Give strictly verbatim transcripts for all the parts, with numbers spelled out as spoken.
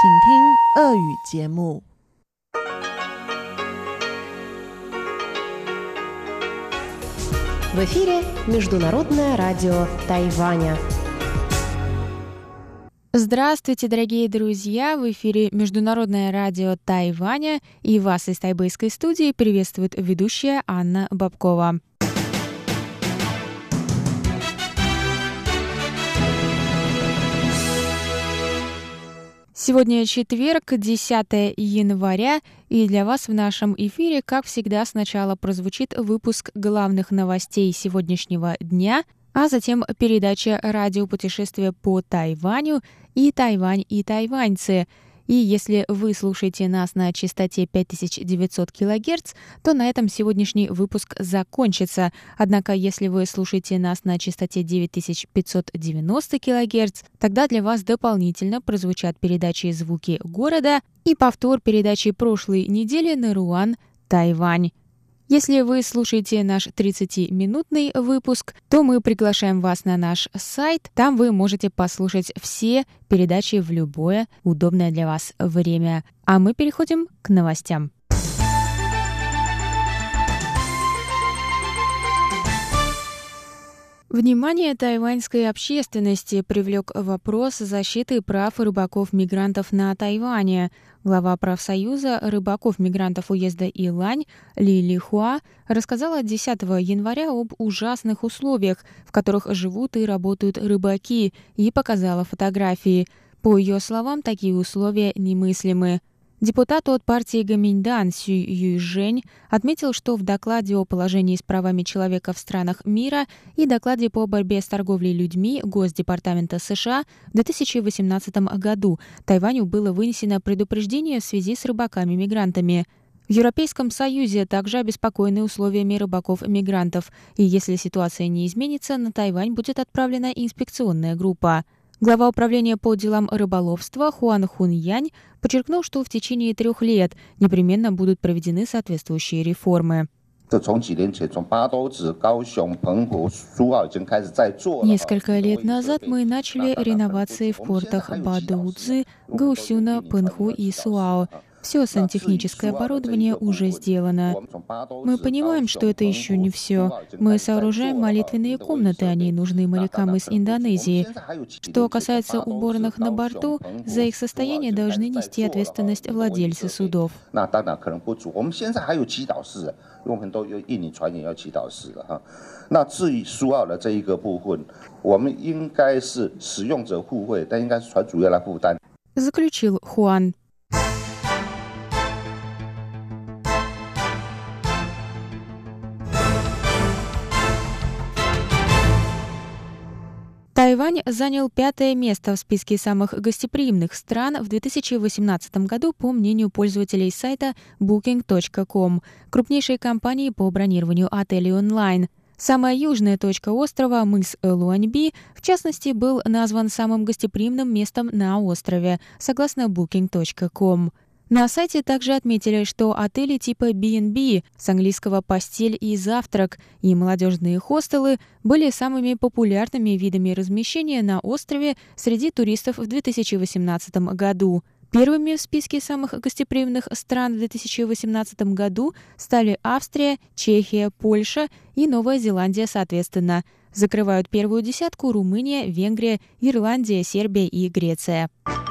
请听俄语节目。 В эфире Международное радио Тайваня. Здравствуйте, дорогие друзья! В эфире Международное радио Тайваня, и вас из тайбэйской студии приветствует ведущая Анна Бабкова. Сегодня четверг, десятое января, и для вас в нашем эфире, как всегда, сначала прозвучит выпуск главных новостей сегодняшнего дня, а затем передача «Радиопутешествие по Тайваню» и «Тайвань и тайваньцы». И если вы слушаете нас на частоте пять тысяч девятьсот килогерц, то на этом сегодняшний выпуск закончится. Однако, если вы слушаете нас на частоте девять тысяч пятьсот девяносто килогерц, тогда для вас дополнительно прозвучат передачи «Звуки города» и повтор передачи прошлой недели «Наруан, Тайвань». Если вы слушаете наш тридцатиминутный выпуск, то мы приглашаем вас на наш сайт. Там вы можете послушать все передачи в любое удобное для вас время. А мы переходим к новостям. Внимание тайваньской общественности привлек вопрос защиты прав рыбаков-мигрантов на Тайване. Глава профсоюза рыбаков-мигрантов уезда Илань Ли Лихуа рассказала десятого января об ужасных условиях, в которых живут и работают рыбаки, и показала фотографии. По ее словам, такие условия немыслимы. Депутат от партии Гоминьдан Сюй Юйжэнь отметил, что в докладе о положении с правами человека в странах мира и докладе по борьбе с торговлей людьми Госдепартамента США в две тысячи восемнадцатом году Тайваню было вынесено предупреждение в связи с рыбаками-мигрантами. В Европейском Союзе также обеспокоены условиями рыбаков-мигрантов, и если ситуация не изменится, на Тайвань будет отправлена инспекционная группа. Глава управления по делам рыболовства Хуан Хуньянь подчеркнул, что в течение трех лет непременно будут проведены соответствующие реформы. Несколько лет назад мы начали реновации в портах Баоцзы, Гаосюна, Пэнху и Суао. Все сантехническое оборудование уже сделано. Мы понимаем, что это еще не все. Мы сооружаем молитвенные комнаты, они нужны морякам из Индонезии. Что касается уборных на борту, за их состояние должны нести ответственность владельцы судов. Заключил Хуан. Тайвань занял пятое место в списке самых гостеприимных стран в две тысячи восемнадцатом году по мнению пользователей сайта букинг точка ком, крупнейшей компании по бронированию отелей онлайн. Самая южная точка острова, мыс Луаньби, в частности, был назван самым гостеприимным местом на острове, согласно букинг точка ком. На сайте также отметили, что отели типа би энд би, с английского «постель и завтрак», и молодежные хостелы были самыми популярными видами размещения на острове среди туристов в две тысячи восемнадцатом году. Первыми в списке самых гостеприимных стран в две тысячи восемнадцатом году стали Австрия, Чехия, Польша и Новая Зеландия соответственно. Закрывают первую десятку Румыния, Венгрия, Ирландия, Сербия и Греция.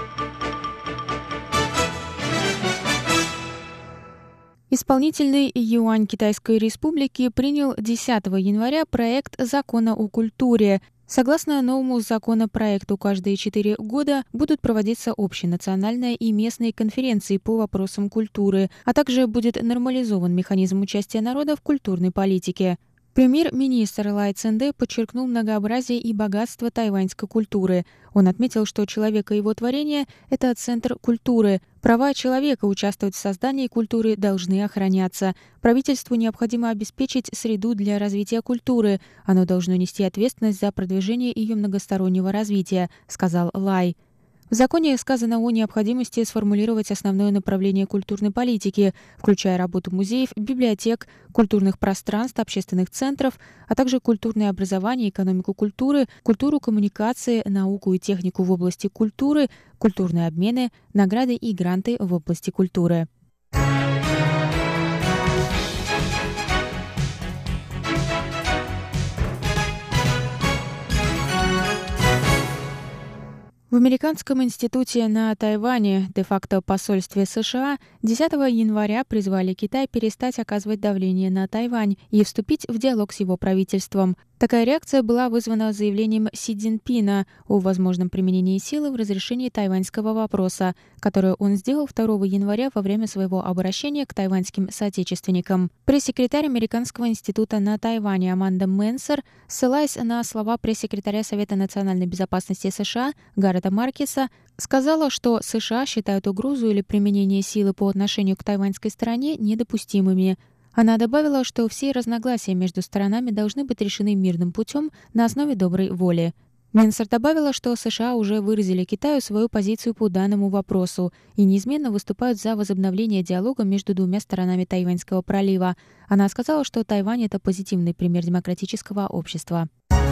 Исполнительный юань Китайской Республики принял десятого января проект закона о культуре. Согласно новому законопроекту, каждые четыре года будут проводиться общенациональные и местные конференции по вопросам культуры, а также будет нормализован механизм участия народа в культурной политике. Премьер-министр Лай Цзэнде подчеркнул многообразие и богатство тайваньской культуры. Он отметил, что человек и его творение – это центр культуры. Права человека участвовать в создании культуры должны охраняться. Правительству необходимо обеспечить среду для развития культуры. Оно должно нести ответственность за продвижение ее многостороннего развития, сказал Лай. В законе сказано о необходимости сформулировать основное направление культурной политики, включая работу музеев, библиотек, культурных пространств, общественных центров, а также культурное образование, экономику культуры, культуру коммуникации, науку и технику в области культуры, культурные обмены, награды и гранты в области культуры. В Американском институте на Тайване, де-факто посольстве США, десятого января призвали Китай перестать оказывать давление на Тайвань и вступить в диалог с его правительством. Такая реакция была вызвана заявлением Си Цзиньпина о возможном применении силы в разрешении тайваньского вопроса, которое он сделал второго января во время своего обращения к тайваньским соотечественникам. Пресс-секретарь Американского института на Тайване Аманда Менсер, ссылаясь на слова пресс-секретаря Совета национальной безопасности США Гаррета Маркеса, сказала, что США считают угрозу или применение силы по отношению к тайваньской стороне недопустимыми. Она добавила, что все разногласия между сторонами должны быть решены мирным путем на основе доброй воли. Менсер добавила, что США уже выразили Китаю свою позицию по данному вопросу и неизменно выступают за возобновление диалога между двумя сторонами Тайваньского пролива. Она сказала, что Тайвань — это позитивный пример демократического общества.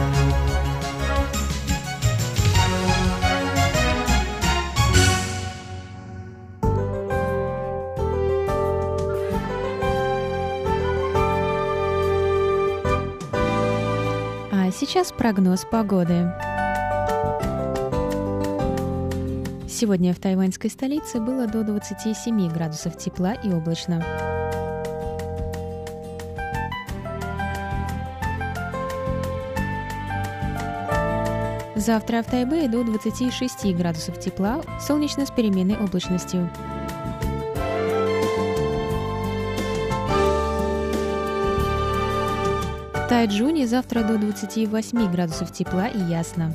А сейчас прогноз погоды. Сегодня в тайваньской столице было до двадцати семи градусов тепла и облачно. Завтра в Тайбэе до двадцати шести градусов тепла, солнечно с переменной облачностью. В Тайчжуне завтра до двадцати восьми градусов тепла и ясно.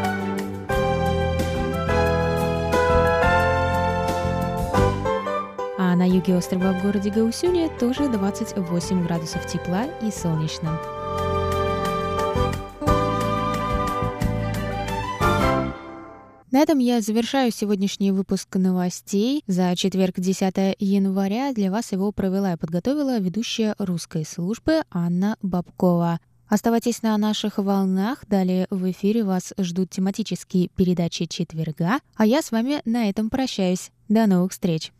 А на юге острова в городе Гаусюне тоже двадцать восемь градусов тепла и солнечно. На этом я завершаю сегодняшний выпуск новостей. За четверг, десятого января, для вас его провела и подготовила ведущая русской службы Анна Бабкова. Оставайтесь на наших волнах. Далее в эфире вас ждут тематические передачи четверга. А я с вами на этом прощаюсь. До новых встреч!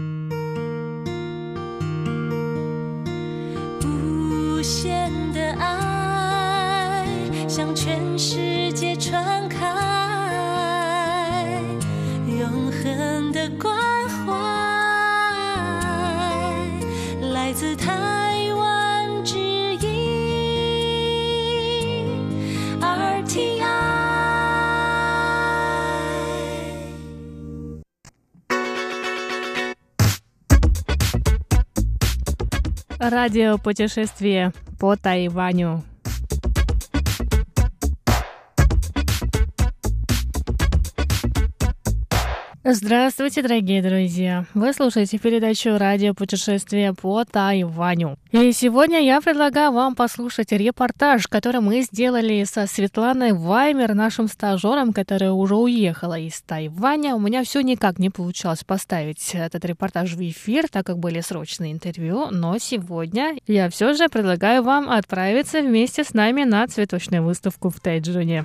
Радиопутешествие по Тайваню. Здравствуйте, дорогие друзья! Вы слушаете передачу «Радиопутешествие по Тайваню». И сегодня я предлагаю вам послушать репортаж, который мы сделали со Светланой Ваймер, нашим стажером, которая уже уехала из Тайваня. У меня все никак не получалось поставить этот репортаж в эфир, так как были срочные интервью, но сегодня я все же предлагаю вам отправиться вместе с нами на цветочную выставку в Тайчжуне.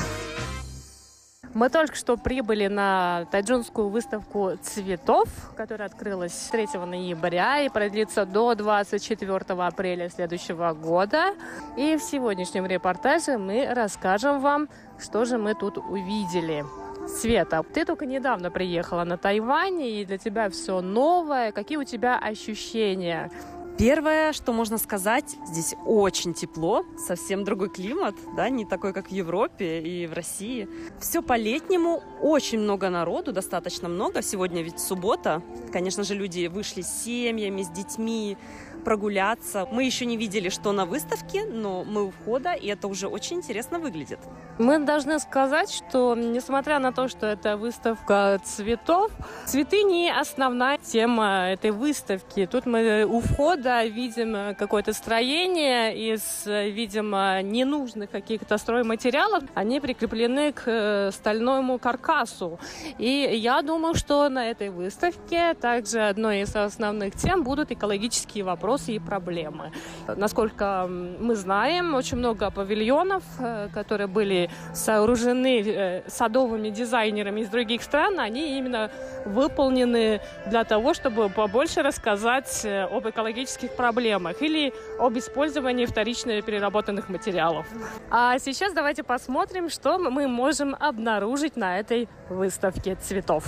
Мы только что прибыли на тайчжунскую выставку цветов, которая открылась третьего ноября и продлится до двадцать четвёртого апреля следующего года. И в сегодняшнем репортаже мы расскажем вам, что же мы тут увидели. Света, ты только недавно приехала на Тайвань, и для тебя все новое. Какие у тебя ощущения? Первое, что можно сказать, здесь очень тепло, совсем другой климат, да, не такой, как в Европе и в России. Все по-летнему, очень много народу, достаточно много. Сегодня ведь суббота, конечно же, люди вышли с семьями, с детьми прогуляться. Мы еще не видели, что на выставке, но мы у входа, и это уже очень интересно выглядит. Мы должны сказать, что, несмотря на то, что это выставка цветов, цветы не основная тема этой выставки. Тут мы у входа входа видим какое-то строение из, видимо, ненужных каких-то стройматериалов. Они прикреплены к стальному каркасу. И я думаю, что на этой выставке также одной из основных тем будут экологические вопросы и проблемы. Насколько мы знаем, очень много павильонов, которые были сооружены садовыми дизайнерами из других стран, они именно выполнены для того, чтобы побольше рассказать об экологических проблемах или об использовании вторично переработанных материалов. А сейчас давайте посмотрим, что мы можем обнаружить на этой выставке цветов.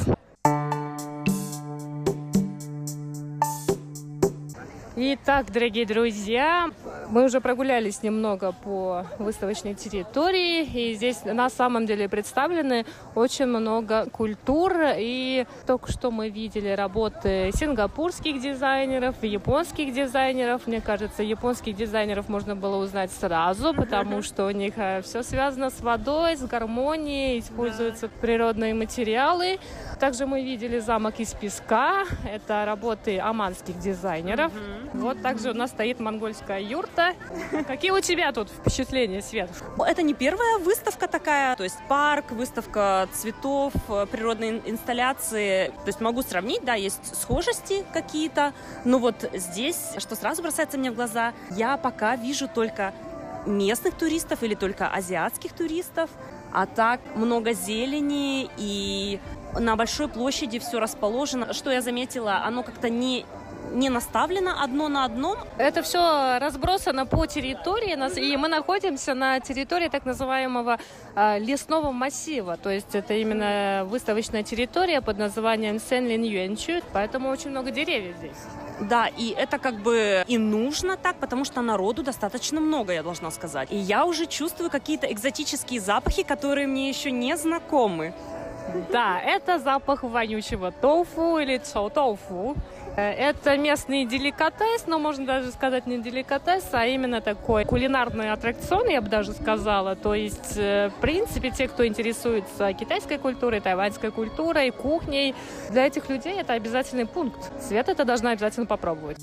Итак, дорогие друзья, мы уже прогулялись немного по выставочной территории, и здесь на самом деле представлены очень много культур, и только что мы видели работы сингапурских дизайнеров, японских дизайнеров. Мне кажется, японских дизайнеров можно было узнать сразу, потому что у них все связано с водой, с гармонией, используются природные материалы. Также мы видели замок из песка, это работы оманских дизайнеров. Вот также у нас стоит монгольская юрта. Какие у тебя тут впечатления, Свет? Это не первая выставка такая, то есть парк, выставка цветов, природные инсталляции. То есть могу сравнить, да, есть схожести какие-то, но вот здесь, что сразу бросается мне в глаза, я пока вижу только местных туристов или только азиатских туристов, а так много зелени, и на большой площади все расположено. Что я заметила, оно как-то не... не наставлено одно на одном. Это все разбросано по территории, и мы находимся на территории так называемого э, лесного массива. То есть это именно выставочная территория под названием Сэнлин-Юэнчу, поэтому очень много деревьев здесь. Да, и это как бы и нужно так, потому что народу достаточно много, я должна сказать. И я уже чувствую какие-то экзотические запахи, которые мне еще не знакомы. Да, это запах вонючего тофу или цоу-тофу. Это местный деликатес, но можно даже сказать не деликатес, а именно такой кулинарный аттракцион, я бы даже сказала. То есть, в принципе, те, кто интересуется китайской культурой, тайваньской культурой, кухней, для этих людей это обязательный пункт. Света это должна обязательно попробовать.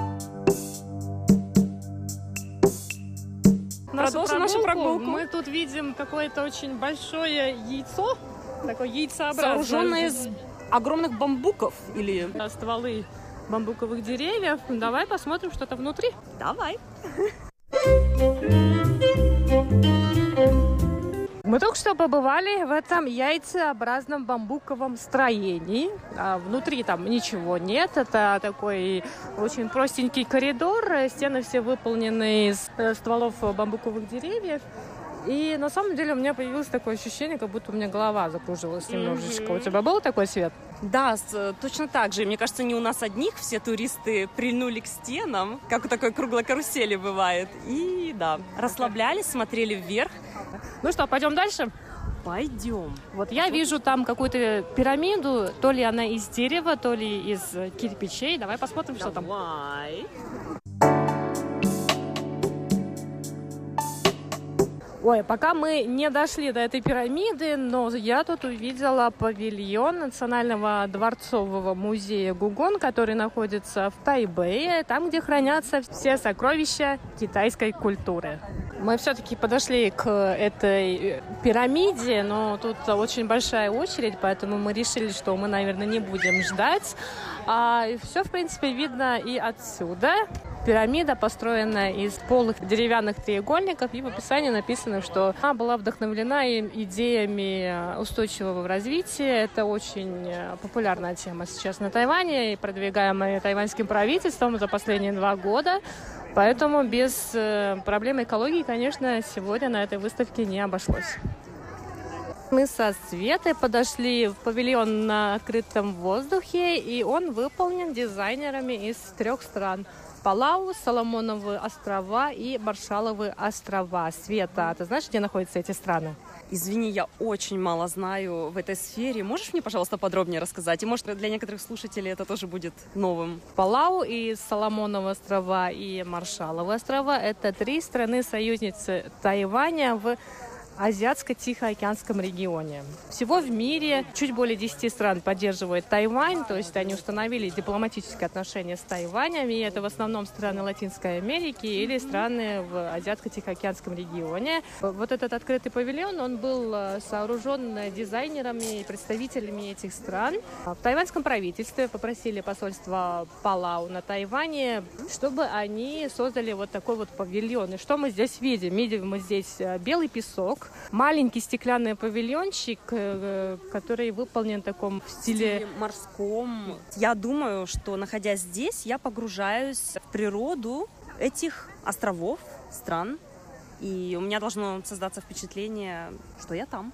Продолжим нашу прогулку. Мы тут видим какое-то очень большое яйцо, такое яйцеобразное. Сооруженное из огромных бамбуков или стволы бамбуковых деревьев. Давай посмотрим, что там внутри. Давай. Мы только что побывали в этом яйцеобразном бамбуковом строении. А внутри там ничего нет. Это такой очень простенький коридор. Стены все выполнены из стволов бамбуковых деревьев. И на самом деле у меня появилось такое ощущение, как будто у меня голова закружилась немножечко. Mm-hmm. У тебя был такой, Свет? Да, с, точно так же. Мне кажется, не у нас одних все туристы прильнули к стенам, как у такой круглой карусели бывает. И да, расслаблялись, смотрели вверх. Ну что, пойдем дальше? Пойдем. Вот я вижу там какую-то пирамиду, то ли она из дерева, то ли из кирпичей. Давай посмотрим, Давай. что там. Давай. Ой, пока мы не дошли до этой пирамиды, но я тут увидела павильон Национального дворцового музея Гугон, который находится в Тайбэе, там, где хранятся все сокровища китайской культуры. Мы все-таки подошли к этой пирамиде, но тут очень большая очередь, поэтому мы решили, что мы, наверное, не будем ждать. А все, в принципе, видно и отсюда. Пирамида построена из полых деревянных треугольников, и в описании написано, что она была вдохновлена идеями устойчивого развития. Это очень популярная тема сейчас на Тайване, и продвигаемая тайваньским правительством за последние два года. Поэтому без проблем экологии, конечно, сегодня на этой выставке не обошлось. Мы со Светой подошли в павильон на открытом воздухе, и он выполнен дизайнерами из трех стран. Палау, Соломоновы острова и Маршалловы острова. Света, а ты знаешь, где находятся эти страны? Извини, я очень мало знаю в этой сфере. Можешь мне, пожалуйста, подробнее рассказать? И, может, для некоторых слушателей это тоже будет новым. Палау и Соломоновы острова и Маршалловы острова – это три страны-союзницы Тайваня в Азиатско-Тихоокеанском регионе. Всего в мире чуть более десяти стран поддерживает Тайвань, то есть они установили дипломатические отношения с Тайванем, и это в основном страны Латинской Америки или страны в Азиатско-Тихоокеанском регионе. Вот этот открытый павильон, он был сооружен дизайнерами и представителями этих стран. В тайваньском правительстве попросили посольство Палау на Тайване, чтобы они создали вот такой вот павильон. И что мы здесь видим? Видим мы здесь белый песок, маленький стеклянный павильончик, который выполнен в таком в стиле... стиле морском. Я думаю, что, находясь здесь, я погружаюсь в природу этих островов, стран, и у меня должно создаться впечатление, что я там.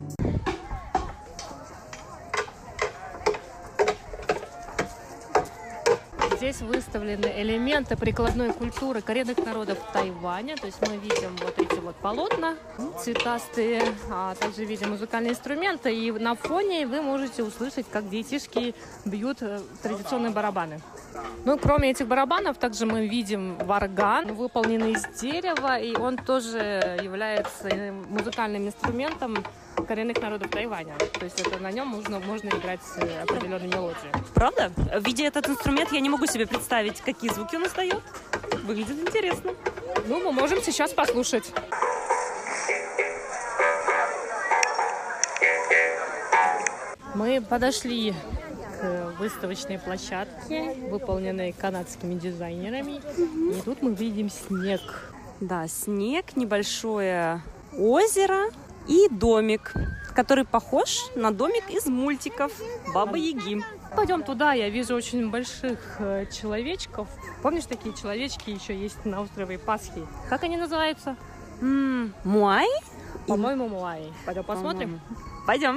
Здесь выставлены элементы прикладной культуры коренных народов Тайваня. То есть мы видим вот эти вот полотна цветастые, а также видим музыкальные инструменты. И на фоне вы можете услышать, как детишки бьют традиционные барабаны. Ну, кроме этих барабанов, также мы видим варган, выполненный из дерева, и он тоже является музыкальным инструментом коренных народов Тайваня. То есть это на нем можно, можно играть определенные мелодии. Правда? Видя этот инструмент, я не могу себе представить, какие звуки он издает. Выглядит интересно. Ну, мы можем сейчас послушать. Мы подошли к выставочной площадке, выполненной канадскими дизайнерами. И тут мы видим снег. Да, снег, небольшое озеро и домик, который похож на домик из мультиков «Баба-Яги». Пойдем туда, я вижу очень больших э, человечков. Помнишь, такие человечки еще есть на острове Пасхи? Как они называются? М-м, муай? По-моему, муай. Пойдем посмотрим? Пойдем.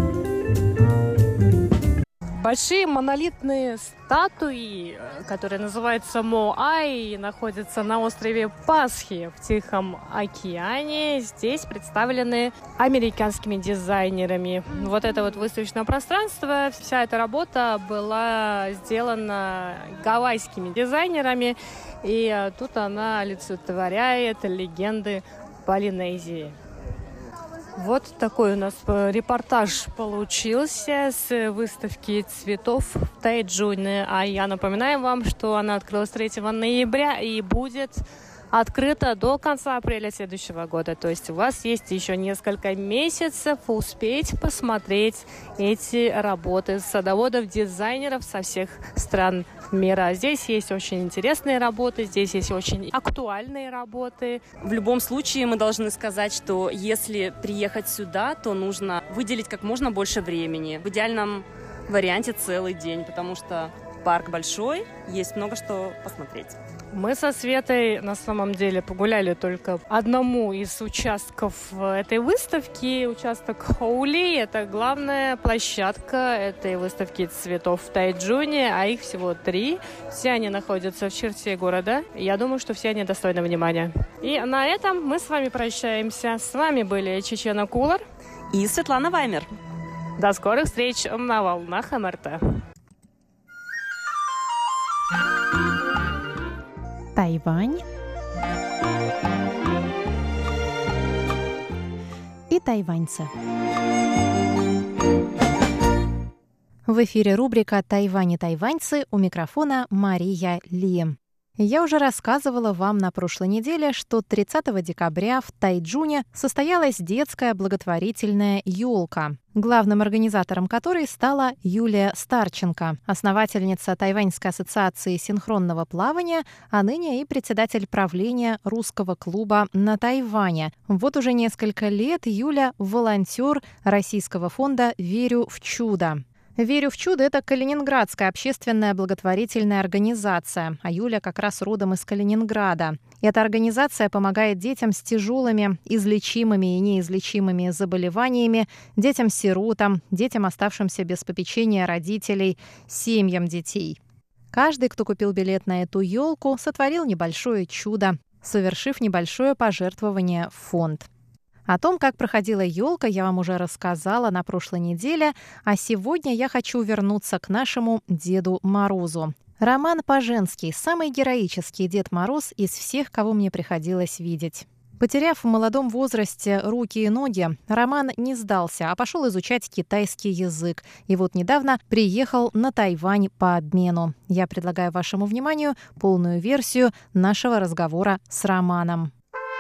Большие монолитные статуи, которые называются Моай, находятся на острове Пасхи в Тихом океане. Здесь представлены американскими дизайнерами. Вот это вот выставочное пространство, вся эта работа была сделана гавайскими дизайнерами, и тут она олицетворяет легенды Полинезии. Вот такой у нас репортаж получился с выставки цветов в Тайджуне. А я напоминаю вам, что она открылась третьего ноября и будет открыта до конца апреля следующего года. То есть у вас есть еще несколько месяцев успеть посмотреть эти работы садоводов, дизайнеров со всех стран мира. Здесь есть очень интересные работы, здесь есть очень актуальные работы. В любом случае мы должны сказать, что если приехать сюда, то нужно выделить как можно больше времени. В идеальном варианте целый день, потому что парк большой, есть много что посмотреть. Мы со Светой на самом деле погуляли только одному из участков этой выставки. Участок Хоули – это главная площадка этой выставки цветов в Тайджуне, а их всего три. Все они находятся в черте города. Я думаю, что все они достойны внимания. И на этом мы с вами прощаемся. С вами были Чечена Кулар и Светлана Ваймер. До скорых встреч на волнах эм эр тэ. Тайвань и тайваньцы. В эфире рубрика «Тайвань и тайваньцы», у микрофона Мария Ли. Я уже рассказывала вам на прошлой неделе, что тридцатого декабря в Тайджуне состоялась детская благотворительная елка, главным организатором которой стала Юлия Старченко, основательница Тайваньской ассоциации синхронного плавания, а ныне и председатель правления русского клуба на Тайване. Вот уже несколько лет Юля – волонтер российского фонда «Верю в чудо». «Верю в чудо» — это калининградская общественная благотворительная организация, а Юля как раз родом из Калининграда. Эта организация помогает детям с тяжелыми, излечимыми и неизлечимыми заболеваниями, детям-сиротам, детям, оставшимся без попечения родителей, семьям детей. Каждый, кто купил билет на эту елку, сотворил небольшое чудо, совершив небольшое пожертвование в фонд. О том, как проходила елка, я вам уже рассказала на прошлой неделе, а сегодня я хочу вернуться к нашему Деду Морозу. Роман Поженский – самый героический Дед Мороз из всех, кого мне приходилось видеть. Потеряв в молодом возрасте руки и ноги, Роман не сдался, а пошел изучать китайский язык. И вот недавно приехал на Тайвань по обмену. Я предлагаю вашему вниманию полную версию нашего разговора с Романом.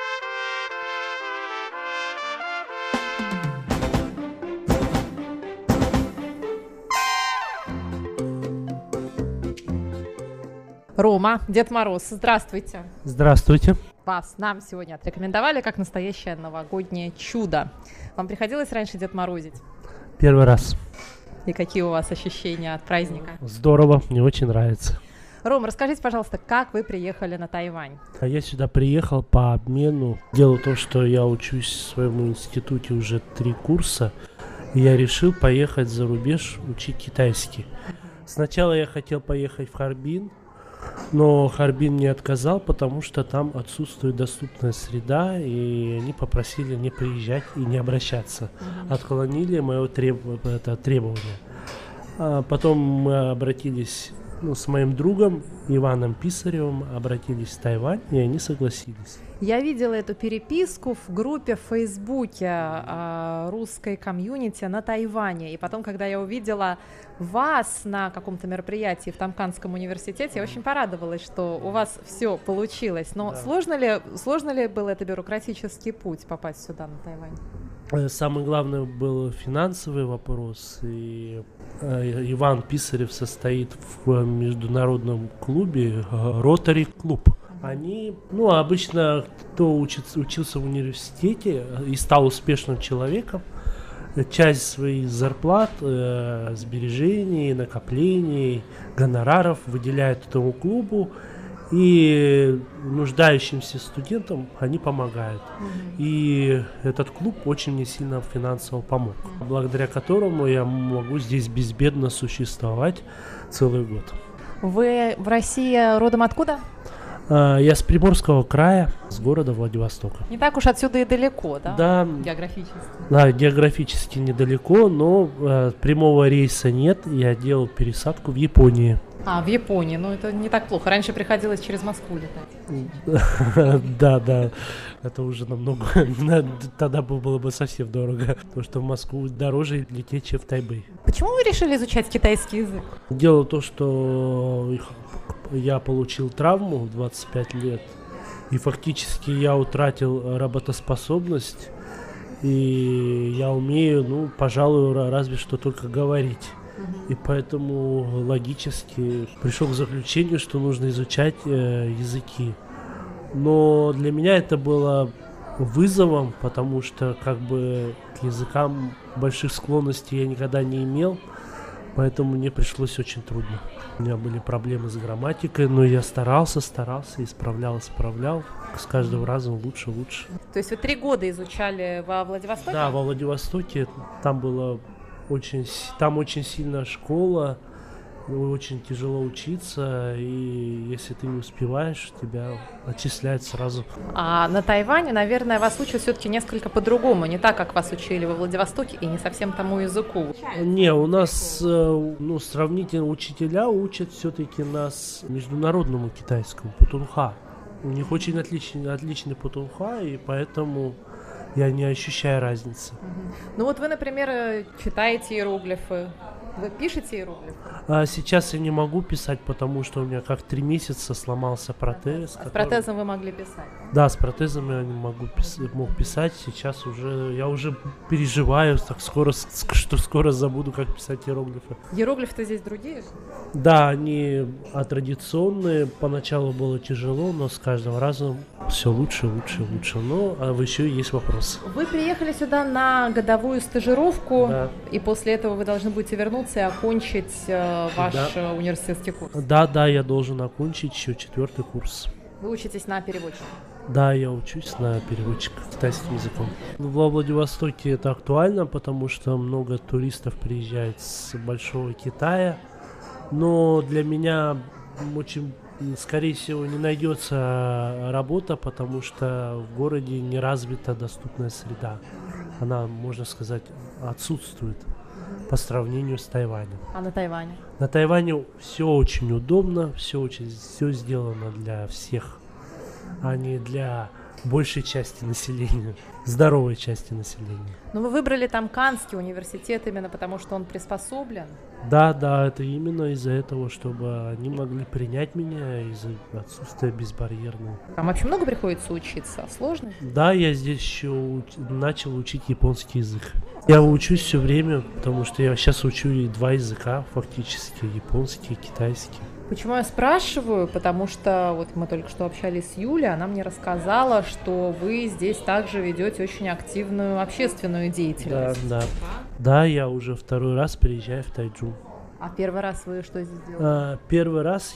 Рома, Дед Мороз, здравствуйте. Здравствуйте. Вас нам сегодня отрекомендовали как настоящее новогоднее чудо. Вам приходилось раньше Дед Морозить? Первый раз. И какие у вас ощущения от праздника? Здорово, мне очень нравится. Ром, расскажите, пожалуйста, как вы приехали на Тайвань? А я сюда приехал по обмену. Дело в том, что я учусь в своем институте уже три курса, и я решил поехать за рубеж учить китайский. Сначала я хотел поехать в Харбин, но Харбин мне отказал, потому что там отсутствует доступная среда, и они попросили не приезжать и не обращаться. Mm-hmm. Отклонили мое треб... это требование. А потом мы обратились ну, с моим другом Иваном Писаревым, обратились в Тайвань, и они согласились. Я видела эту переписку в группе в Фейсбуке э, русской комьюнити на Тайване. И потом, когда я увидела вас на каком-то мероприятии в Тамканском университете, я очень порадовалась, что у вас все получилось. Но да. сложно ли, сложно ли был это бюрократический путь попасть сюда, на Тайвань? Самый главный был финансовый вопрос. И э, Иван Писарев состоит в международном клубе Rotary Club. Они, ну, обычно, кто учится, учился в университете и стал успешным человеком, часть своих зарплат, э, сбережений, накоплений, гонораров выделяют этому клубу, и нуждающимся студентам они помогают. Mm-hmm. И этот клуб очень мне сильно финансово помог, mm-hmm. благодаря которому я могу здесь безбедно существовать целый год. Вы в России родом откуда? Я с Приморского края, с города Владивостока. Не так уж отсюда и далеко, да? Да. Географически. Да, географически недалеко, но э, прямого рейса нет. Я делал пересадку в Японии. А, в Японии, ну это не так плохо. Раньше приходилось через Москву летать. Да, да, это уже намного, тогда было бы совсем дорого, потому что в Москву дороже лететь, чем в Тайбэй. Почему вы решили изучать китайский язык? Дело в том, что я получил травму в двадцать пять лет, и фактически я утратил работоспособность, и я умею, ну, пожалуй, разве что только говорить. И поэтому логически пришел к заключению, что нужно изучать э, языки. Но для меня это было вызовом, потому что как бы к языкам больших склонностей я никогда не имел, поэтому мне пришлось очень трудно. У меня были проблемы с грамматикой, но я старался, старался, исправлял, исправлял. С каждым разом лучше, лучше. То есть вы три года изучали во Владивостоке? Да, во Владивостоке. Там было очень, там очень сильная школа, очень тяжело учиться, и если ты не успеваешь, тебя отчисляют сразу. А на Тайване, наверное, вас учат все-таки несколько по-другому, не так, как вас учили во Владивостоке, и не совсем тому языку. Не, у нас, ну, сравнительно учителя учат все-таки нас международному китайскому, путунха. У них очень отличный, отличный путунха, и поэтому я не ощущаю разницы. Ну вот вы, например, читаете иероглифы. Вы пишете иероглифы? А сейчас я не могу писать, потому что у меня как три месяца сломался протез. А который... с протезом вы могли писать? Да, с протезом я не могу пис... мог писать. Сейчас уже я уже переживаю, так скоро, что скоро забуду, как писать иероглифы. Иероглифы-то здесь другие? Да, они а, традиционные. Поначалу было тяжело, но с каждым разом все лучше, лучше, лучше. Но а еще есть вопросы. Вы приехали сюда на годовую стажировку, да. И после этого вы должны будете вернуться и окончить э, ваш да. университетский курс. Да, да, я должен окончить еще четвертый курс. Вы учитесь на переводчика? Да, я учусь на переводчика китайским языком. Во Владивостоке это актуально, потому что много туристов приезжает с Большого Китая. Но для меня очень, скорее всего, не найдется работа, потому что в городе не развита доступная среда. Она, можно сказать, отсутствует по сравнению с Тайванем. А на Тайване? На Тайване все очень удобно, все очень, все сделано для всех, а не для большей части населения, здоровой части населения. Но вы выбрали там Каннский университет именно потому, что он приспособлен? Да, да, это именно из-за этого, чтобы они могли принять меня из-за отсутствия безбарьерного. Там вообще много приходится учиться? Сложно? Да, я здесь еще уч- начал учить японский язык. Я учусь все время, потому что я сейчас учу и два языка фактически, японский и китайский. Почему я спрашиваю? Потому что вот мы только что общались с Юлей, она мне рассказала, что вы здесь также ведете очень активную общественную деятельность. Да, да. Да, я уже второй раз приезжаю в Тайчжун. А первый раз вы что здесь делали? А, первый раз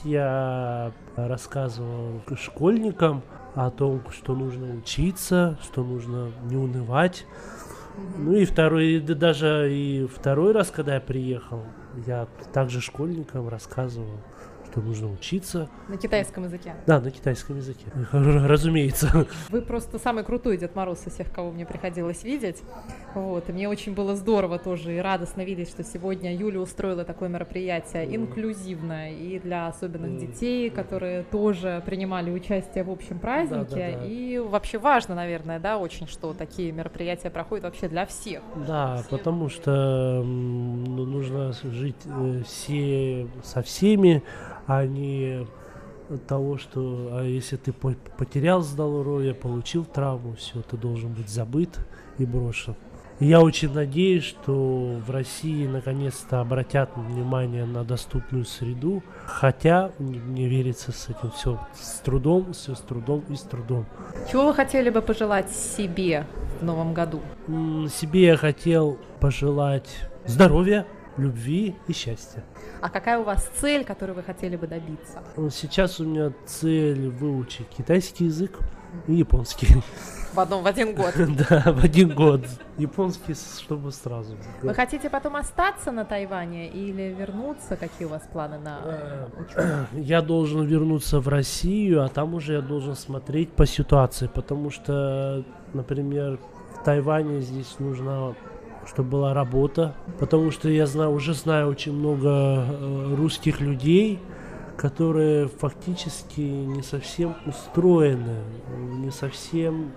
я рассказывал школьникам о том, что нужно учиться, что нужно не унывать. Mm-hmm. Ну и второй, да даже и второй раз, когда я приехал, я также школьникам рассказывал, что нужно учиться. На китайском языке? Да, на китайском языке, разумеется. Вы просто самый крутой Дед Мороз из всех, кого мне приходилось видеть. Вот. И мне очень было здорово тоже и радостно видеть, что сегодня Юля устроила такое мероприятие инклюзивное и для особенных детей, которые тоже принимали участие в общем празднике. Да, да, да. И вообще важно, наверное, да, очень, что такие мероприятия проходят вообще для всех. Да, всех. Потому что ну, нужно жить э, все со всеми, а не того, что а если ты потерял здоровье, получил травму, все, ты должен быть забыт и брошен. И я очень надеюсь, что в России наконец-то обратят внимание на доступную среду, хотя мне верится с этим все с трудом, все с трудом и с трудом. Чего вы хотели бы пожелать себе в новом году? Себе я хотел пожелать здоровья, любви и счастья. А какая у вас цель, которую вы хотели бы добиться? Сейчас у меня цель выучить китайский язык и японский. В одном, в один год? Да, в один год. Японский, чтобы сразу. Вы хотите потом остаться на Тайване или вернуться? Какие у вас планы на учебу? Я должен вернуться в Россию, а там уже я должен смотреть по ситуации, потому что, например, в Тайване здесь нужно... чтобы была работа, потому что я знаю, уже знаю очень много э, русских людей, которые фактически не совсем устроены, не совсем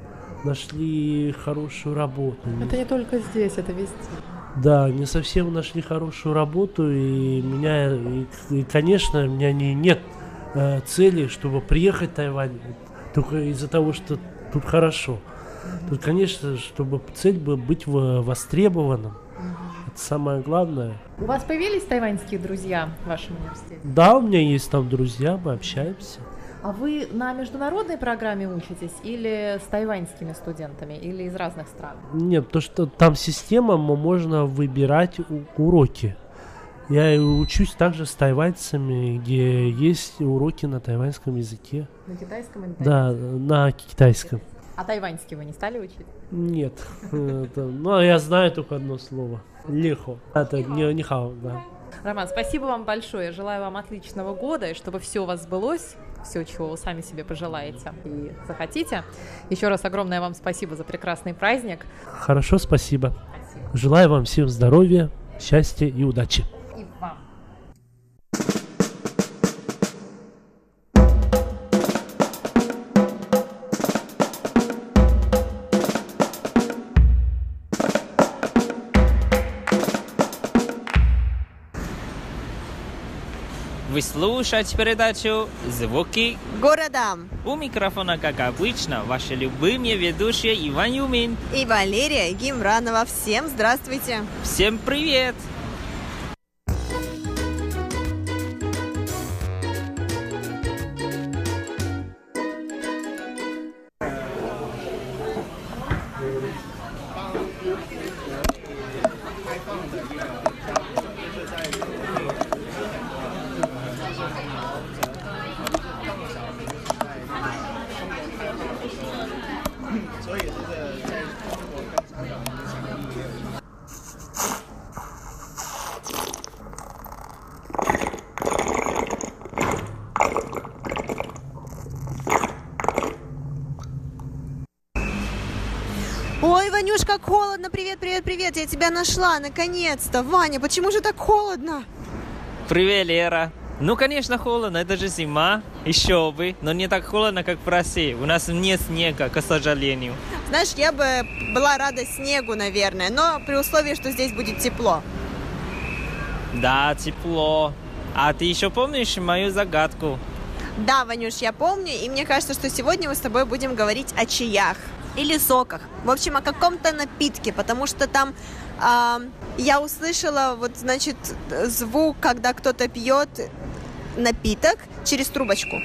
нашли хорошую работу. Это не только здесь, это везде. Да, не совсем нашли хорошую работу, и меня, и, и конечно, у меня не, нет э, цели, чтобы приехать в Тайвань, только из-за того, что тут хорошо. Тут, конечно, чтобы цель была быть востребованным. Uh-huh. Это самое главное. У вас появились тайваньские друзья в вашем университете? Да, у меня есть там друзья, мы общаемся. А вы на международной программе учитесь или с тайваньскими студентами, или из разных стран? Нет, потому что там система, можно выбирать уроки. Я учусь также с тайваньцами, где есть уроки на тайваньском языке. На китайском и на тайваньском? Да, на китайском. А тайваньский вы не стали учить? Нет. Ну, я знаю только одно слово. Лихо. Это нихао, да. Роман, спасибо вам большое. Желаю вам отличного года, и чтобы все у вас сбылось, все, чего вы сами себе пожелаете и захотите. Еще раз огромное вам спасибо за прекрасный праздник. Хорошо, спасибо. Спасибо. Желаю вам всем здоровья, счастья и удачи. И вам. Вы слушаете передачу «Звуки города». У микрофона, как обычно, ваши любимые ведущие Иван Юмин и Валерия Гимранова. Всем здравствуйте. Всем привет. Ой, Ванюш, как холодно. Привет, привет, привет. Я тебя нашла, наконец-то. Ваня, почему же так холодно? Привет, Лера. Ну, конечно, холодно, это же зима, еще бы, но не так холодно, как в России. У нас нет снега, к сожалению. Знаешь, я бы была рада снегу, наверное, но при условии, что здесь будет тепло. Да, тепло. А ты еще помнишь мою загадку? Да, Ванюш, я помню, и мне кажется, что сегодня мы с тобой будем говорить о чаях или соках. В общем, о каком-то напитке, потому что там э, я услышала, вот, значит, звук, когда кто-то пьет напиток через трубочку.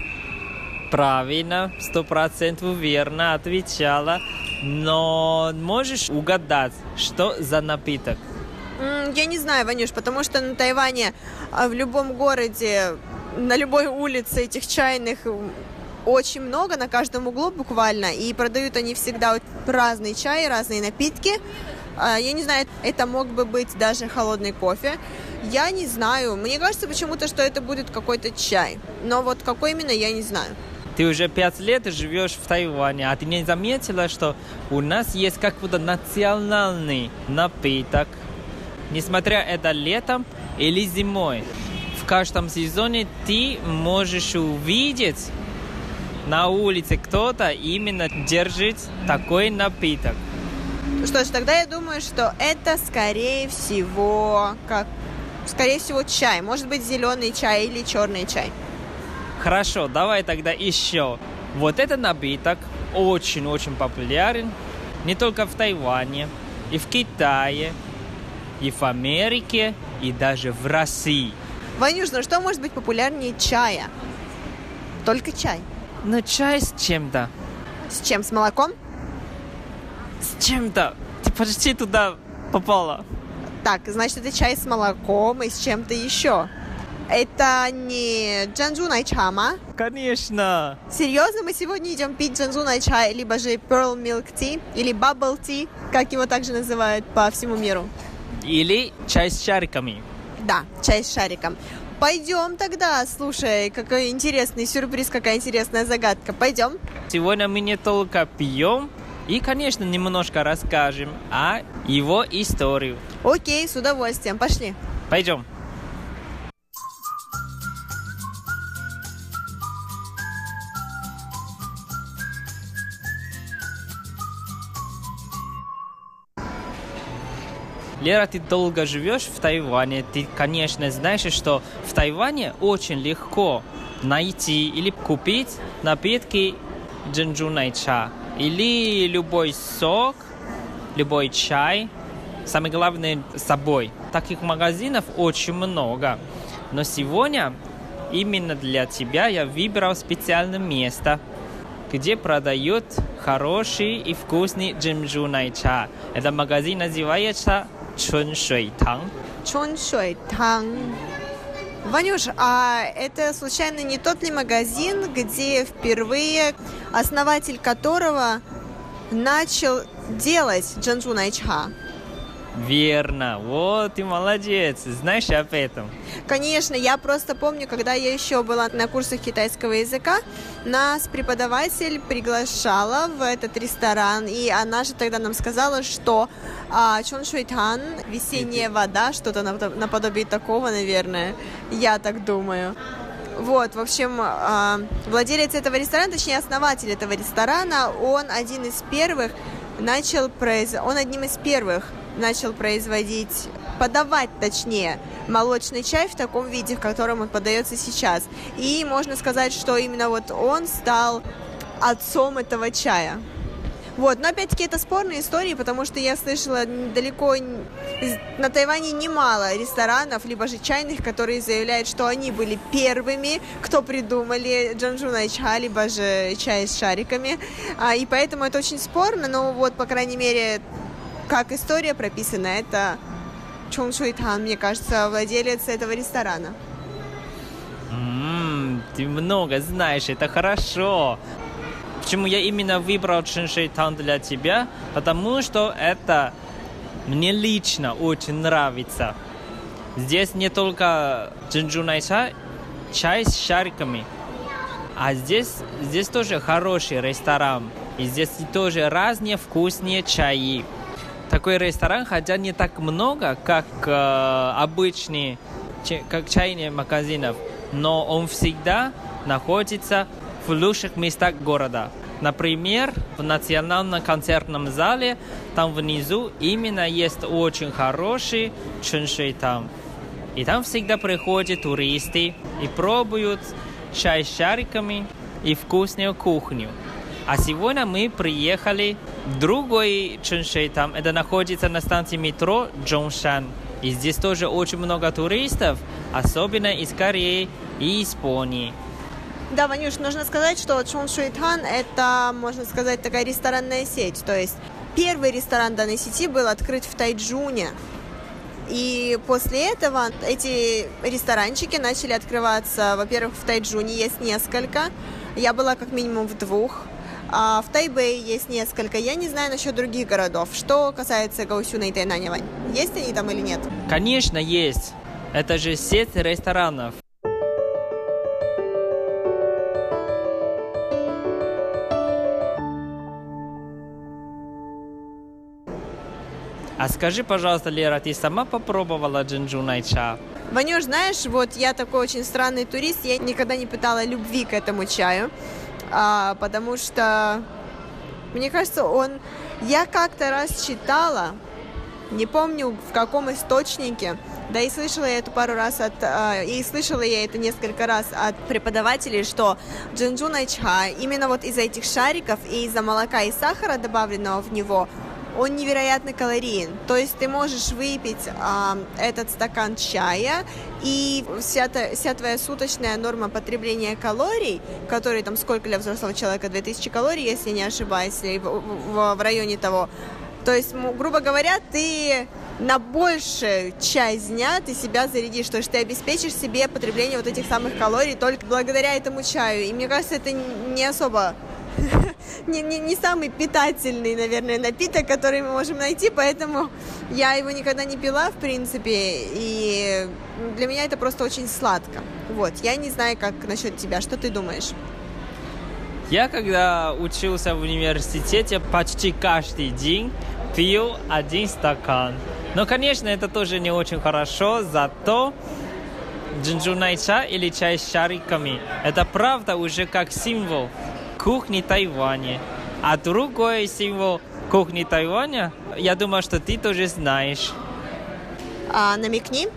Правильно, сто процентов верно отвечала. Но можешь угадать, что за напиток? Я не знаю, Ванюш, потому что на Тайване в любом городе, на любой улице этих чайных очень много, на каждом углу буквально, и продают они всегда разный чай, разные напитки. Я не знаю, это мог бы быть даже холодный кофе. Я не знаю, мне кажется почему-то, что это будет какой-то чай, но вот какой именно, я не знаю. Ты уже пять лет живешь в Тайване, а ты не заметила, что у нас есть какой-то национальный напиток, несмотря это летом или зимой. В каждом сезоне ты можешь увидеть на улице кто-то именно держит такой напиток. Что ж, тогда я думаю, что это скорее всего, как, скорее всего чай. Может быть, зеленый чай или черный чай. Хорошо, давай тогда еще. Вот этот напиток очень-очень популярен не только в Тайване, и в Китае, и в Америке, и даже в России. Ванюш, ну что может быть популярнее чая? Только чай. Но чай с чем-то. С чем? С молоком? С чем-то. Ты почти туда попала. Так, значит, это чай с молоком и с чем-то еще. Это не джанжу найча, ма? Конечно. Серьезно, мы сегодня идем пить джанжу найча, либо же pearl milk tea, или bubble tea, как его также называют по всему миру. Или чай с шариками. Да, чай с шариком. Пойдем тогда, слушай, какой интересный сюрприз, какая интересная загадка. Пойдем. Сегодня мы не только пьем, и, конечно, немножко расскажем о его истории. Окей, с удовольствием. Пошли. Пойдем. Лера, ты долго живешь в Тайване, ты, конечно, знаешь, что в Тайване очень легко найти или купить напитки джанжу найча, или любой сок, любой чай, самое главное, с собой. Таких магазинов очень много, но сегодня именно для тебя я выбрал специальное место, где продают хороший и вкусный джанжу найча. Этот магазин называется Чуншуйтанг. Чуншуйтанг. Ванюш, а это случайно не тот ли магазин, где впервые основатель которого начал делать джанжу найча? Верно, вот ты молодец, знаешь об этом. Конечно, я просто помню, когда я еще была на курсах китайского языка, нас преподаватель приглашала в этот ресторан, и она же тогда нам сказала, что а, Чуншуйтан, весенняя вода, что-то наподобие такого, наверное, я так думаю. Вот, в общем, а, владелец этого ресторана, точнее основатель этого ресторана, он один из первых начал произ... он одним из первых начал производить, подавать, точнее, молочный чай в таком виде, в котором он подается сейчас. И можно сказать, что именно вот он стал отцом этого чая. Вот, но опять-таки это спорные истории, потому что я слышала далеко на Тайване немало ресторанов, либо же чайных, которые заявляют, что они были первыми, кто придумали джанжу найча, либо же чай с шариками. А, и поэтому это очень спорно, но вот, по крайней мере, как история прописана, это Чуншуйтан, мне кажется, владелец этого ресторана. М-м, ты много знаешь, это хорошо. Почему я именно выбрал Чуншуйтан для тебя? Потому что это мне лично очень нравится. Здесь не только джанжу найча, чай с шариками, а здесь, здесь тоже хороший ресторан. И здесь тоже разные вкусные чаи. Такой ресторан, хотя не так много, как э, обычный как чайных магазинов, но он всегда находится в лучших местах города. Например, в Национальном концертном зале, там внизу именно есть очень хороший чуншуйтан. И там всегда приходят туристы и пробуют чай с шариками и вкусную кухню. А сегодня мы приехали в другой чуншуйтан. Это находится на станции метро Чжоngshan. И здесь тоже очень много туристов, особенно из Кореи и Японии. Да, Ванюш, нужно сказать, что Чжоngshan это, можно сказать, такая ресторанная сеть. То есть первый ресторан данной сети был открыт в Тайчжуне. И после этого эти ресторанчики начали открываться, во-первых, в Тайчжуне есть несколько. Я была как минимум в двух. А в Тайбэе есть несколько. Я не знаю насчет других городов. Что касается Гаосюна и Тайнаня, Вань, есть они там или нет? Конечно, есть. Это же сеть ресторанов. А скажи, пожалуйста, Лера, ты сама попробовала джинджунай-ча? Ванюш, знаешь, вот я такой очень странный турист, я никогда не питала любви к этому чаю, а, потому что, мне кажется, он... Я как-то раз читала, не помню в каком источнике, да и слышала я это пару раз от... И слышала я это несколько раз от преподавателей, что джинджунай-ча именно вот из-за этих шариков и из-за молока и сахара, добавленного в него, он невероятно калорийен. То есть ты можешь выпить а, этот стакан чая, и вся, та, вся твоя суточная норма потребления калорий, которые там сколько для взрослого человека, две тысячи калорий, если не ошибаюсь, в, в, в районе того. То есть, грубо говоря, ты на большую часть дня ты себя зарядишь, то есть ты обеспечишь себе потребление вот этих самых калорий только благодаря этому чаю. И мне кажется, это не особо... Не, не, не самый питательный, наверное, напиток, который мы можем найти, поэтому я его никогда не пила, в принципе, и для меня это просто очень сладко. Вот, я не знаю, как насчет тебя, что ты думаешь? Я, когда учился в университете, почти каждый день пил один стакан. Но, конечно, это тоже не очень хорошо, зато джинджунай-ча или чай с шариками, это правда уже как символ кухни Тайваня. А другой символ кухни Тайваня, я думаю, что ты тоже знаешь. А, намекни.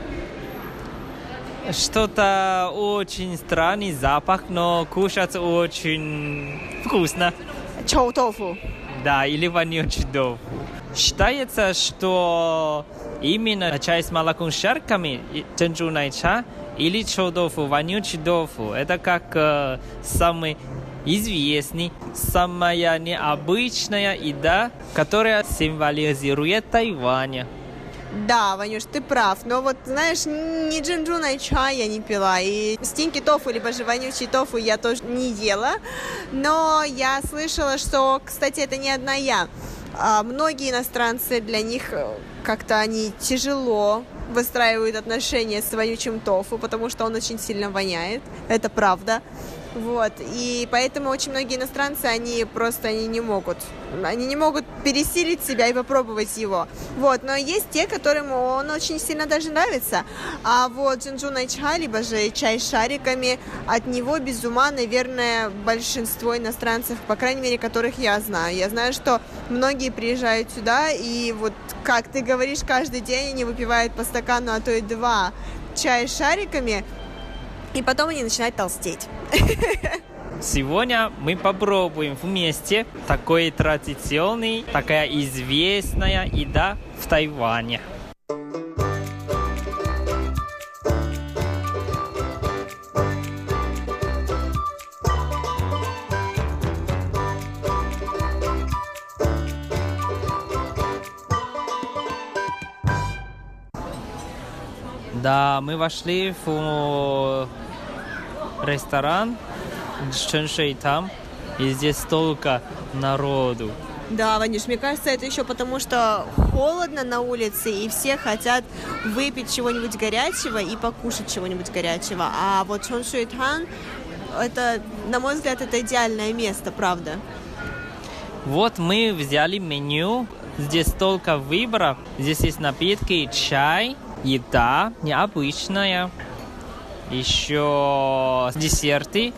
Что-то очень странный запах, но кушать очень вкусно. Чоу-тофу. Да, или вонючий тофу. Считается, что именно чай с молоком с шариками, джинджунай-ча или чоу-тофу, вонючий тофу, это как э, самый известный, самая необычная еда, которая символизирует Тайвань. Да, Ванюш, ты прав, но вот, знаешь, ни джинджунай-ча я не пила, и стинки тофу, либо же вонючий тофу я тоже не ела, но я слышала, что, кстати, это не одна я. А многие иностранцы, для них как-то они тяжело выстраивают отношения с вонючим тофу, потому что он очень сильно воняет, это правда. Вот, и поэтому очень многие иностранцы, они просто они не могут, они не могут пересилить себя и попробовать его. Вот, но есть те, которым он очень сильно даже нравится. А вот джинджунай-ча, либо же чай с шариками, от него без ума, наверное, большинство иностранцев, по крайней мере, которых я знаю. Я знаю, что многие приезжают сюда, и вот, как ты говоришь, каждый день они выпивают по стакану, а то и два чая с шариками, и потом они начинают толстеть. Сегодня мы попробуем вместе такой традиционный, такая известная еда в Тайване. Да, мы вошли в ресторан Чжэншэйтан, и здесь столько народу. Да, Ванюш, мне кажется, это еще потому, что холодно на улице, и все хотят выпить чего-нибудь горячего и покушать чего-нибудь горячего. А вот Чжэншэйтан, это, на мой взгляд, это идеальное место, правда. Вот мы взяли меню. Здесь столько выборов. Здесь есть напитки, чай, еда необычная, еще десерты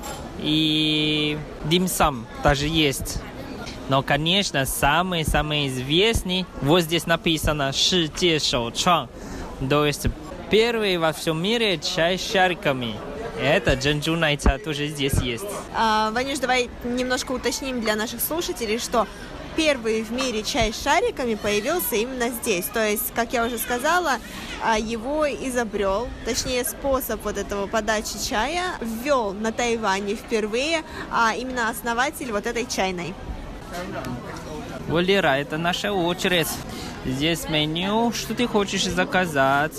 и димсам тоже есть. Но, конечно, самый-самый известный, вот здесь написано «Ши Jie Shou Chuang», то есть первый во всем мире чай с шариками. Это Дженджу Найча тоже здесь есть. А, Ванюш, давай немножко уточним для наших слушателей, что первый в мире чай с шариками появился именно здесь. То есть, как я уже сказала, его изобрел, точнее способ вот этого подачи чая ввел на Тайване впервые, а именно основатель вот этой чайной. Валера, это наша очередь. Здесь меню. Что ты хочешь заказать?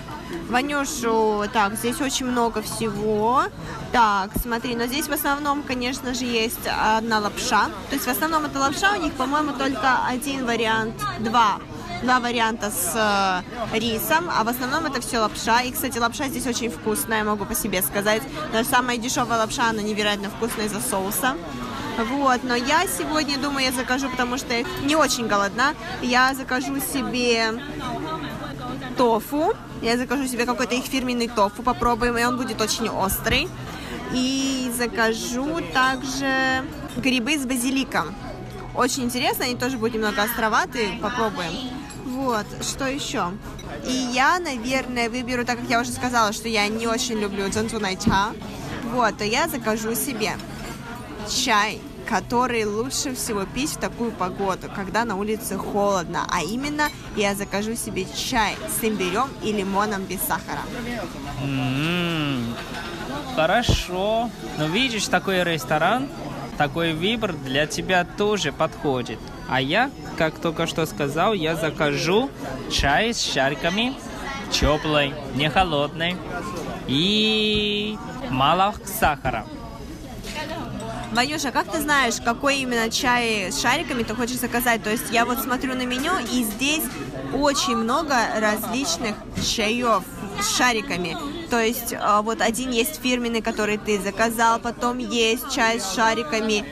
Ванюшу, так, здесь очень много всего. Так, смотри, но здесь в основном, конечно же, есть одна лапша. То есть в основном это лапша, у них, по-моему, только один вариант, два. Два варианта с э, рисом, а в основном это все лапша. И, кстати, лапша здесь очень вкусная, могу по себе сказать. Даже самая дешевая лапша, она невероятно вкусная из-за соуса. Вот, но я сегодня, думаю, я закажу, потому что я не очень голодна. Я закажу себе тофу. Я закажу себе какой-то их фирменный тофу, попробуем, и он будет очень острый. И закажу также грибы с базиликом. Очень интересно, они тоже будут немного островатые, попробуем. Вот, что еще? И я, наверное, выберу, так как я уже сказала, что я не очень люблю Дженджу Найча, вот, то я закажу себе чай, который лучше всего пить в такую погоду, когда на улице холодно. А именно, я закажу себе чай с имбирем и лимоном без сахара. Mm-hmm. Хорошо. Но видишь, такой ресторан, такой выбор для тебя тоже подходит. А я, как только что сказал, я закажу чай с шариками, теплый, не холодный и мало сахара. Ванюша, как ты знаешь, какой именно чай с шариками ты хочешь заказать? То есть я вот смотрю на меню, и здесь очень много различных чаев с шариками. То есть вот один есть фирменный, который ты заказал, потом есть чай с шариками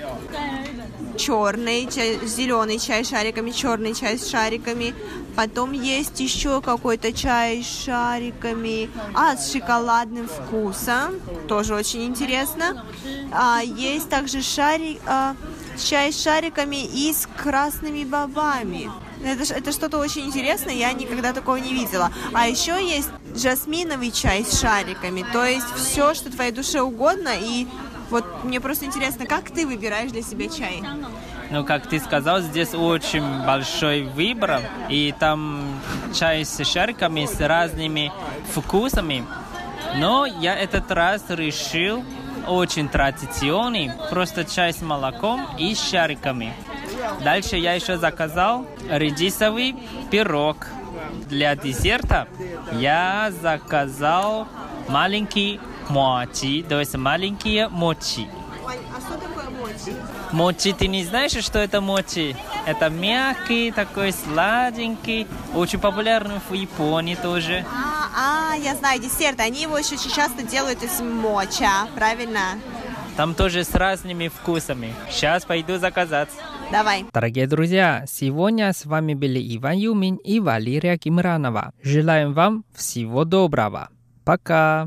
черный, чай, зеленый чай с шариками, черный чай с шариками. Потом есть еще какой-то чай с шариками, а, с шоколадным вкусом, тоже очень интересно. А, есть также шарик, а, чай с шариками и с красными бобами. Это, это что-то очень интересное, я никогда такого не видела. А еще есть жасминовый чай с шариками, то есть все, что твоей душе угодно. И вот мне просто интересно, как ты выбираешь для себя чай? Ну, как ты сказал, здесь очень большой выбор, и там чай с шариками, с разными вкусами. Но я этот раз решил очень традиционный, просто чай с молоком и с шариками. Дальше я еще заказал редисовый пирог. Для десерта я заказал маленький мочи, то есть маленькие мочи. А что такое мочи? Мочи, ты не знаешь, что это мочи? Это мягкий, такой сладенький, очень популярный в Японии тоже. А, а, я знаю, десерты, они его еще очень часто делают из моча, правильно? Там тоже с разными вкусами. Сейчас пойду заказать. Давай. Дорогие друзья, сегодня с вами были Иван Юмин и Валерия Кимранова. Желаем вам всего доброго. Пока.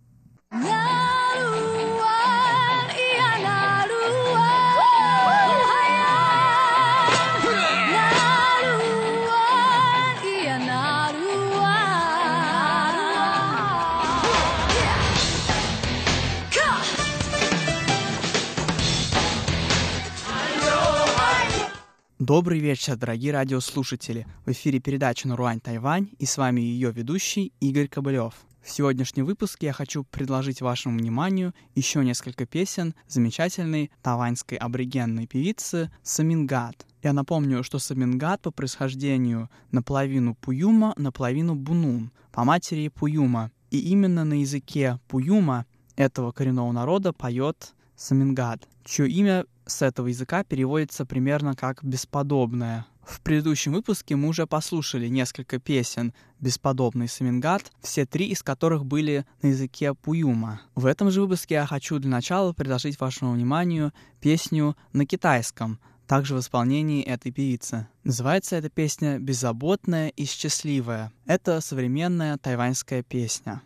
Добрый вечер, дорогие радиослушатели! В эфире передача «Наруань Тайвань» и с вами ее ведущий Игорь Кобылев. В сегодняшнем выпуске я хочу предложить вашему вниманию еще несколько песен замечательной тайваньской аборигенной певицы Самингат. Я напомню, что Самингат по происхождению наполовину пуюма, наполовину бунун, по матери пуюма. И именно на языке пуюма этого коренного народа поет Самингат, чье имя с этого языка переводится примерно как «бесподобное». В предыдущем выпуске мы уже послушали несколько песен бесподобной Самингат, все три из которых были на языке пуюма. В этом же выпуске я хочу для начала предложить вашему вниманию песню на китайском, также в исполнении этой певицы. Называется эта песня «Беззаботная и счастливая». Это современная тайваньская песня.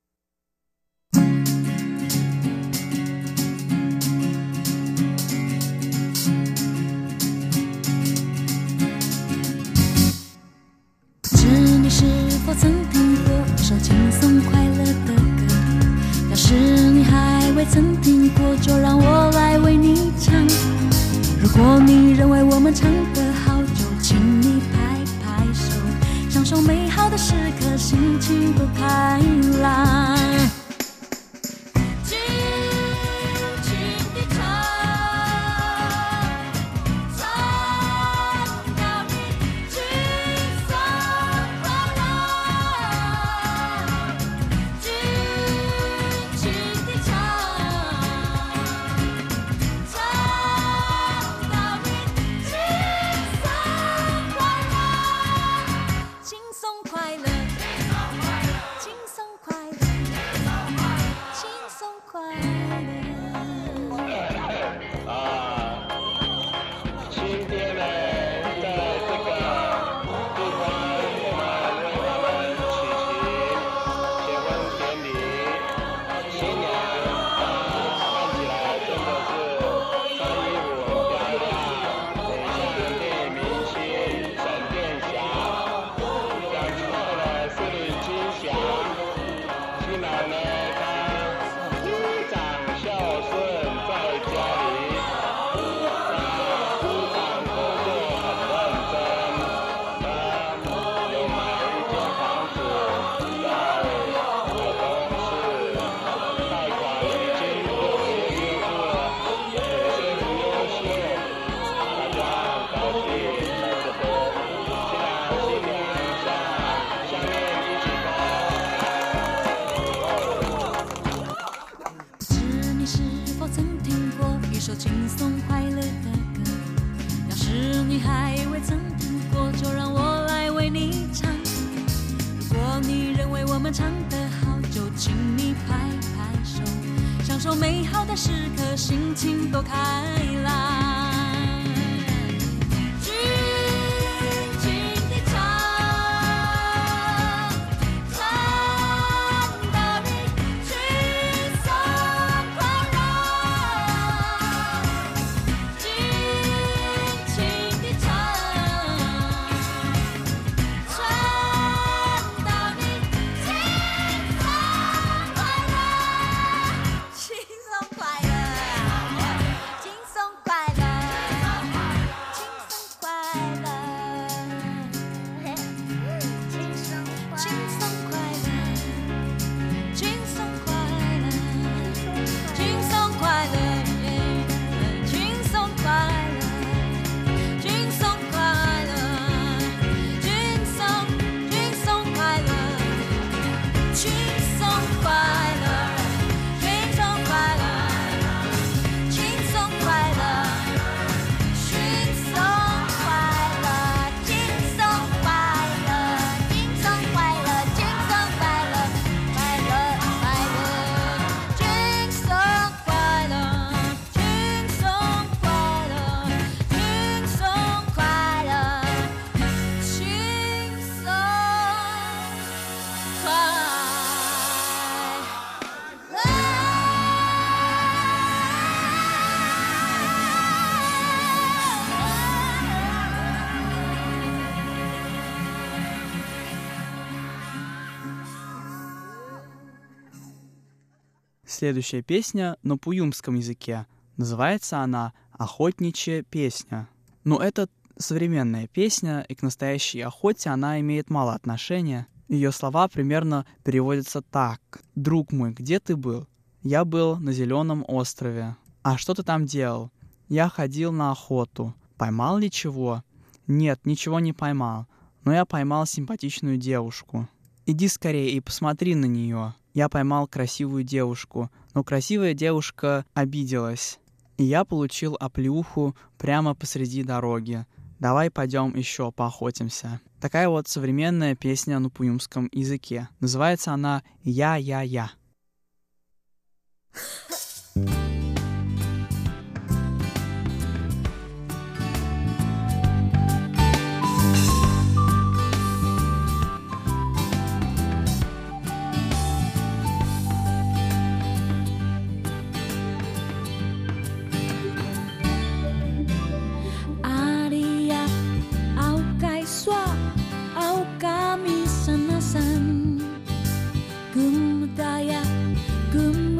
Следующая песня на пуюмском языке. Называется она «Охотничья песня». Но это современная песня, и к настоящей охоте она имеет мало отношения. Ее слова примерно переводятся так. «Друг мой, где ты был? Я был на зеленом острове. А что ты там делал? Я ходил на охоту. Поймал ли чего? Нет, ничего не поймал. Но я поймал симпатичную девушку. Иди скорее и посмотри на нее. Я поймал красивую девушку, но красивая девушка обиделась. И я получил оплеуху прямо посреди дороги. Давай пойдем еще поохотимся». Такая вот современная песня на пуюмском языке. Называется она «Я-я-я».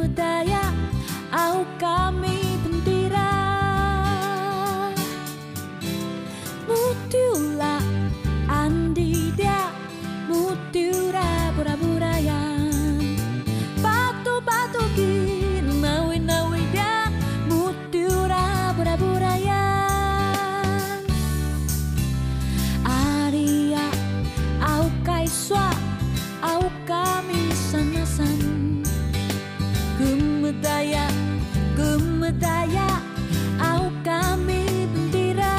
Gemedaya au kami bendera Mutiula andida Mutiura pura-purayan Batu-batu gin nawi-nawi dia Mutiura pura-purayan Aria au kaiswa au kami sanasan Gemedaya, gemedaya, au kami bendera.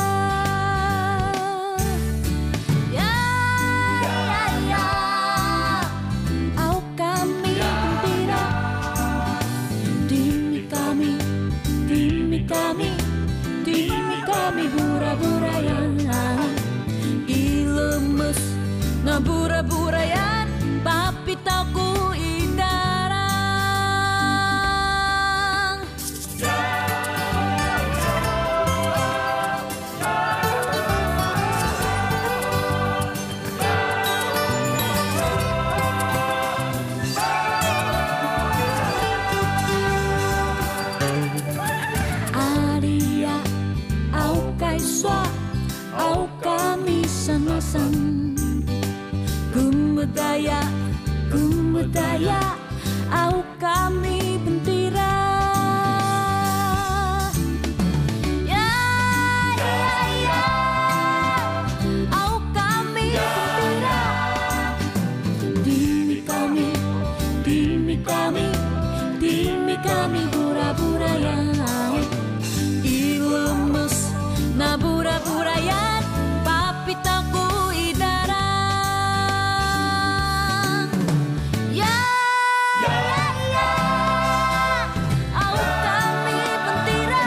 Ya, ya, ya, au kami bendera. Dimi kami, dimi kami, dimi kami bura-burayan. Ilemes na bura-burayan, papitaku idara. Au kami sanasan Gemedaya, gemedaya Au kami bendera Ya, ya, ya Au kami bendera Dimi kami, dimi kami Dimi kami pura-purayan Ilemes na pura-purayan papitaku idara ya ya ya au kami bendera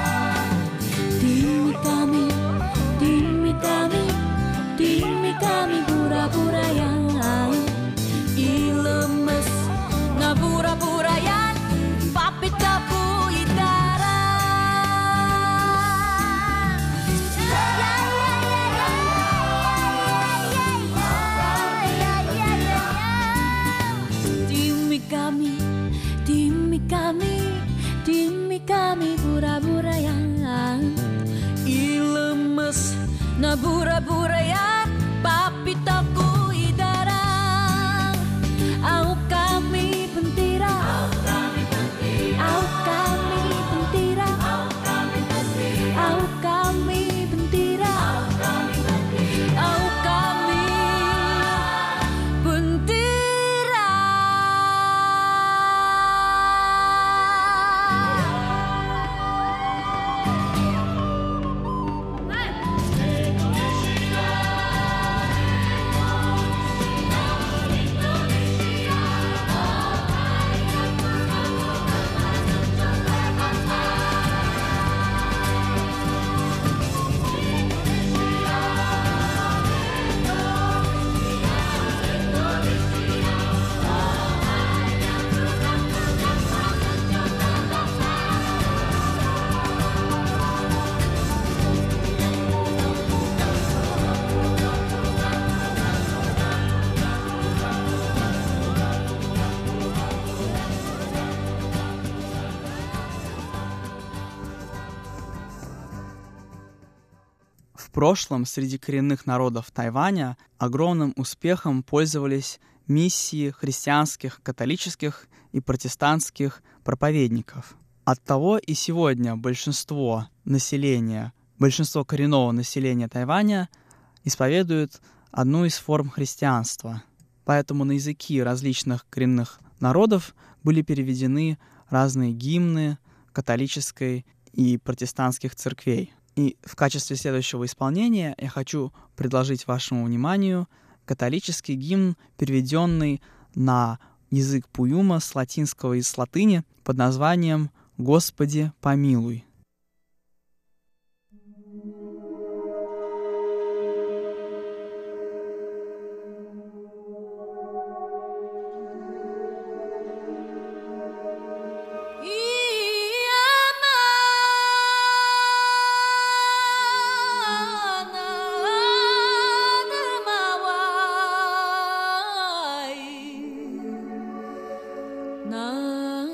dimi kami dimi kami dimi kami pura-purayan ilemes na pura-purayan papitaku idara kami, dimi kami, dimi kami pura-purayan Ilemes na pura-purayan papitaku idara Au kami bendera Au kami bendera Au kami bendera Au kami bendera В прошлом среди коренных народов Тайваня огромным успехом пользовались миссии христианских, католических и протестантских проповедников. Оттого и сегодня большинство населения, большинство коренного населения Тайваня исповедует одну из форм христианства. Поэтому на языки различных коренных народов были переведены разные гимны католической и протестантских церквей. И в качестве следующего исполнения я хочу предложить вашему вниманию католический гимн, переведенный на язык пуюма с латинского и с латыни под названием «Господи, помилуй». Na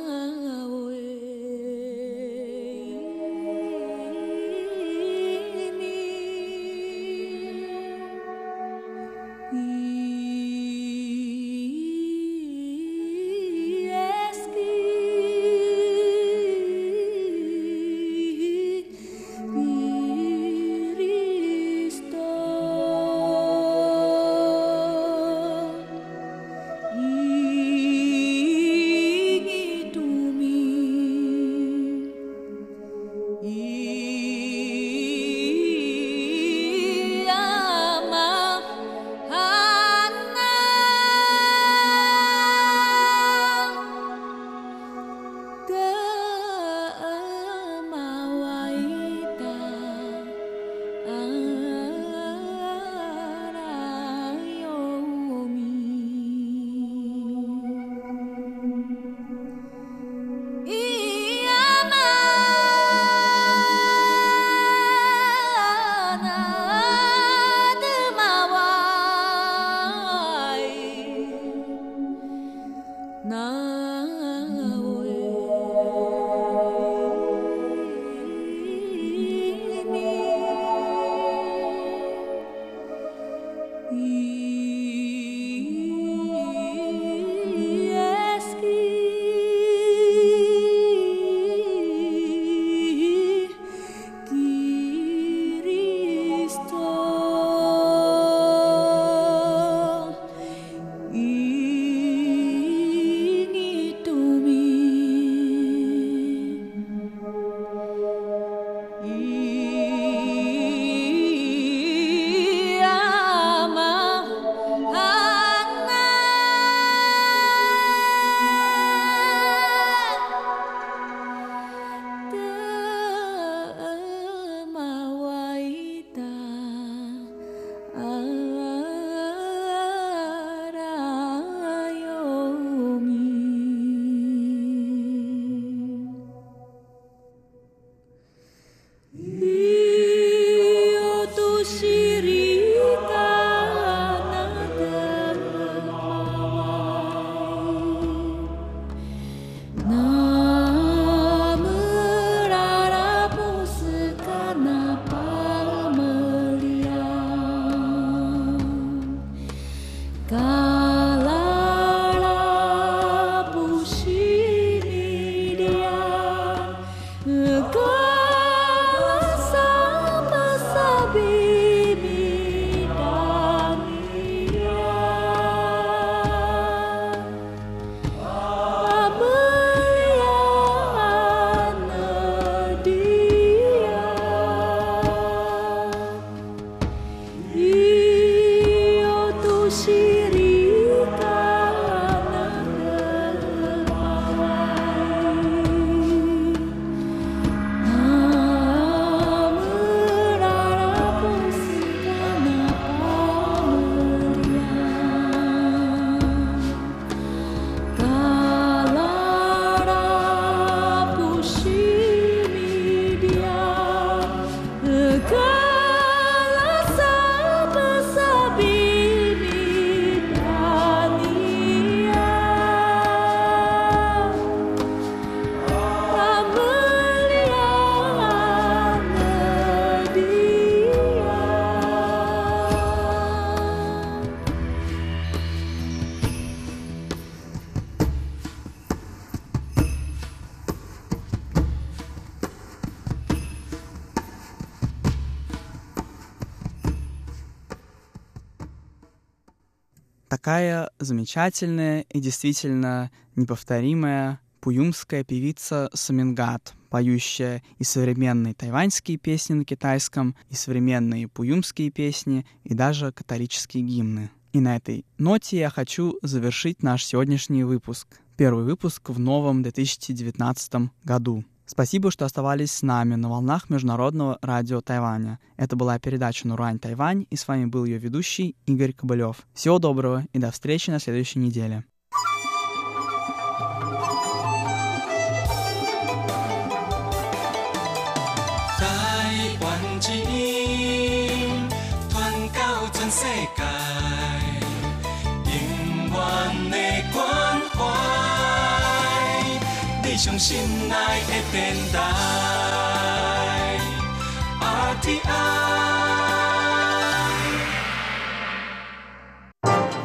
такая замечательная и действительно неповторимая пуюмская певица Самингат, поющая и современные тайваньские песни на китайском, и современные пуюмские песни, и даже католические гимны. И на этой ноте я хочу завершить наш сегодняшний выпуск. Первый выпуск в новом две тысячи девятнадцатом году. Спасибо, что оставались с нами на волнах Международного радио Тайваня. Это была передача «Наруань Тайвань», и с вами был ее ведущий Игорь Кобылев. Всего доброго и до встречи на следующей неделе.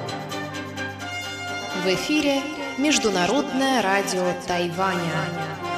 В эфире Международное радио Тайваня.